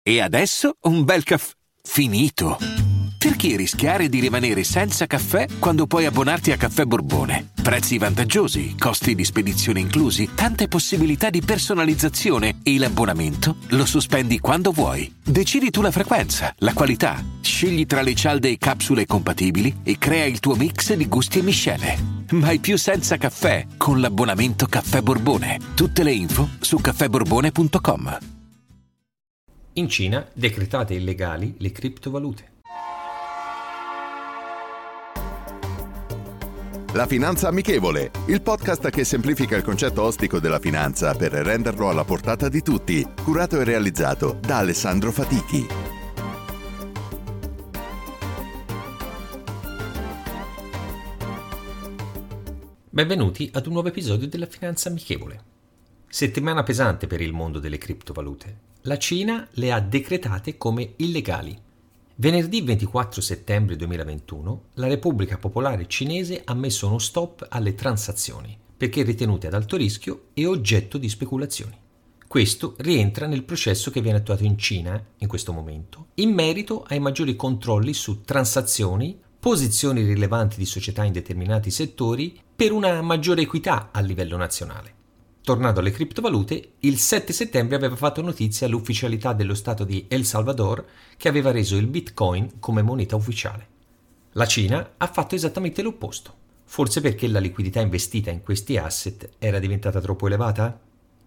E adesso un bel caffè finito. Perché rischiare di rimanere senza caffè quando puoi abbonarti a Caffè Borbone? Prezzi vantaggiosi, costi di spedizione inclusi, tante possibilità di personalizzazione e l'abbonamento lo sospendi quando vuoi. Decidi tu la frequenza, la qualità, scegli tra le cialde e capsule compatibili e crea il tuo mix di gusti e miscele. Mai più senza caffè con l'abbonamento Caffè Borbone. Tutte le info su caffèborbone.com. In Cina decretate illegali le criptovalute. La Finanza Amichevole, il podcast che semplifica il concetto ostico della finanza per renderlo alla portata di tutti, curato e realizzato da Alessandro Fatichi. Benvenuti ad un nuovo episodio della Finanza Amichevole. Settimana pesante per il mondo delle criptovalute. La Cina le ha decretate come illegali. Venerdì 24 settembre 2021 la Repubblica Popolare Cinese ha messo uno stop alle transazioni perché ritenute ad alto rischio e oggetto di speculazioni. Questo rientra nel processo che viene attuato in Cina in questo momento in merito ai maggiori controlli su transazioni, posizioni rilevanti di società in determinati settori per una maggiore equità a livello nazionale. Tornando alle criptovalute, il 7 settembre aveva fatto notizia l'ufficialità dello Stato di El Salvador che aveva reso il Bitcoin come moneta ufficiale. La Cina ha fatto esattamente l'opposto, forse perché la liquidità investita in questi asset era diventata troppo elevata?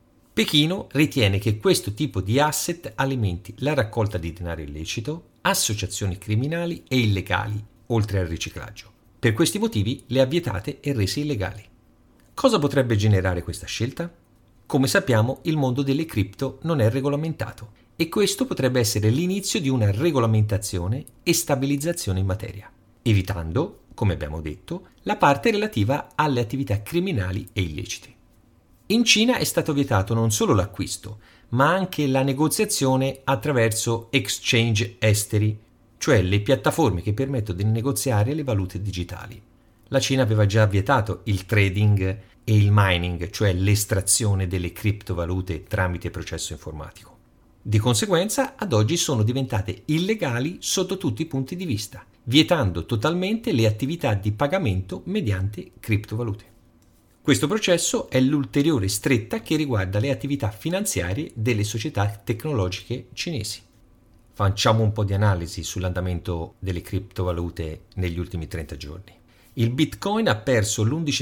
Pechino ritiene che questo tipo di asset alimenti la raccolta di denaro illecito, associazioni criminali e illegali, oltre al riciclaggio. Per questi motivi le ha vietate e rese illegali. Cosa potrebbe generare questa scelta? Come sappiamo, il mondo delle cripto non è regolamentato e questo potrebbe essere l'inizio di una regolamentazione e stabilizzazione in materia, evitando, come abbiamo detto, la parte relativa alle attività criminali e illecite. In Cina è stato vietato non solo l'acquisto, ma anche la negoziazione attraverso exchange esteri, cioè le piattaforme che permettono di negoziare le valute digitali. La Cina aveva già vietato il trading e il mining, cioè l'estrazione delle criptovalute tramite processo informatico. Di conseguenza, ad oggi sono diventate illegali sotto tutti i punti di vista, vietando totalmente le attività di pagamento mediante criptovalute. Questo processo è l'ulteriore stretta che riguarda le attività finanziarie delle società tecnologiche cinesi. Facciamo un po' di analisi sull'andamento delle criptovalute negli ultimi 30 giorni. Il Bitcoin ha perso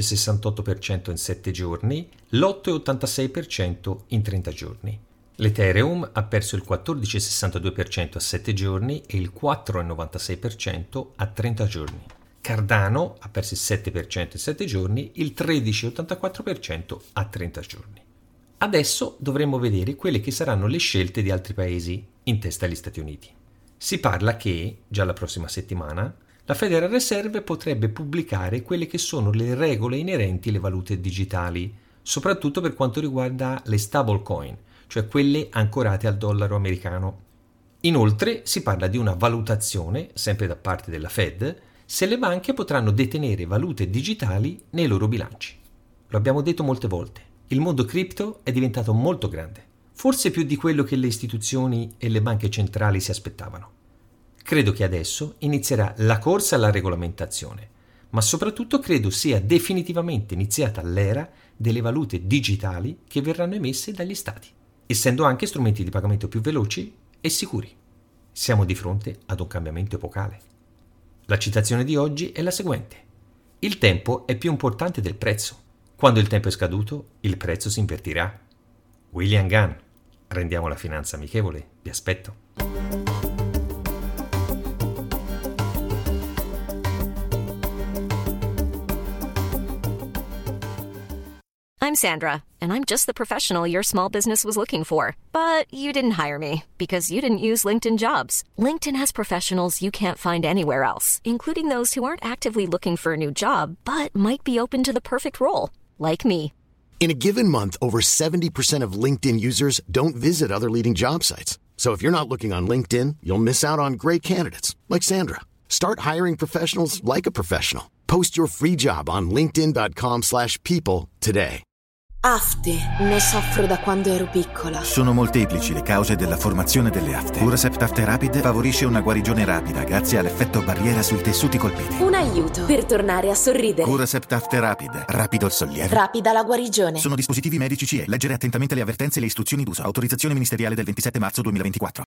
l'11,68% in 7 giorni, l'8,86% in 30 giorni. L'Ethereum ha perso il 14,62% a 7 giorni e il 4,96% a 30 giorni. Cardano ha perso il 7% in 7 giorni, il 13,84% a 30 giorni. Adesso dovremo vedere quelle che saranno le scelte di altri paesi, in testa agli Stati Uniti. Si parla che, già la prossima settimana, la Federal Reserve potrebbe pubblicare quelle che sono le regole inerenti alle valute digitali, soprattutto per quanto riguarda le stablecoin, cioè quelle ancorate al dollaro americano. Inoltre si parla di una valutazione, sempre da parte della Fed, se le banche potranno detenere valute digitali nei loro bilanci. Lo abbiamo detto molte volte, il mondo cripto è diventato molto grande, forse più di quello che le istituzioni e le banche centrali si aspettavano. Credo che adesso inizierà la corsa alla regolamentazione, ma soprattutto credo sia definitivamente iniziata l'era delle valute digitali che verranno emesse dagli stati, essendo anche strumenti di pagamento più veloci e sicuri. Siamo di fronte ad un cambiamento epocale. La citazione di oggi è la seguente: il tempo è più importante del prezzo. Quando il tempo è scaduto, il prezzo si invertirà. William Gann. Rendiamo la finanza amichevole. Vi aspetto. I'm Sandra, and I'm just the professional your small business was looking for. But you didn't hire me because you didn't use LinkedIn Jobs. LinkedIn has professionals you can't find anywhere else, including those who aren't actively looking for a new job, but might be open to the perfect role, like me. In a given month, over 70% of LinkedIn users don't visit other leading job sites. So if you're not looking on LinkedIn, you'll miss out on great candidates like Sandra. Start hiring professionals like a professional. Post your free job on linkedin.com/people today. Afte. Ne soffro da quando ero piccola. Sono molteplici le cause della formazione delle afte. Curacept Afte Rapid favorisce una guarigione rapida grazie all'effetto barriera sui tessuti colpiti. Un aiuto per tornare a sorridere. Curacept Afte Rapid. Rapido il sollievo. Rapida la guarigione. Sono dispositivi medici CE. Leggere attentamente le avvertenze e le istruzioni d'uso. Autorizzazione ministeriale del 27 marzo 2024.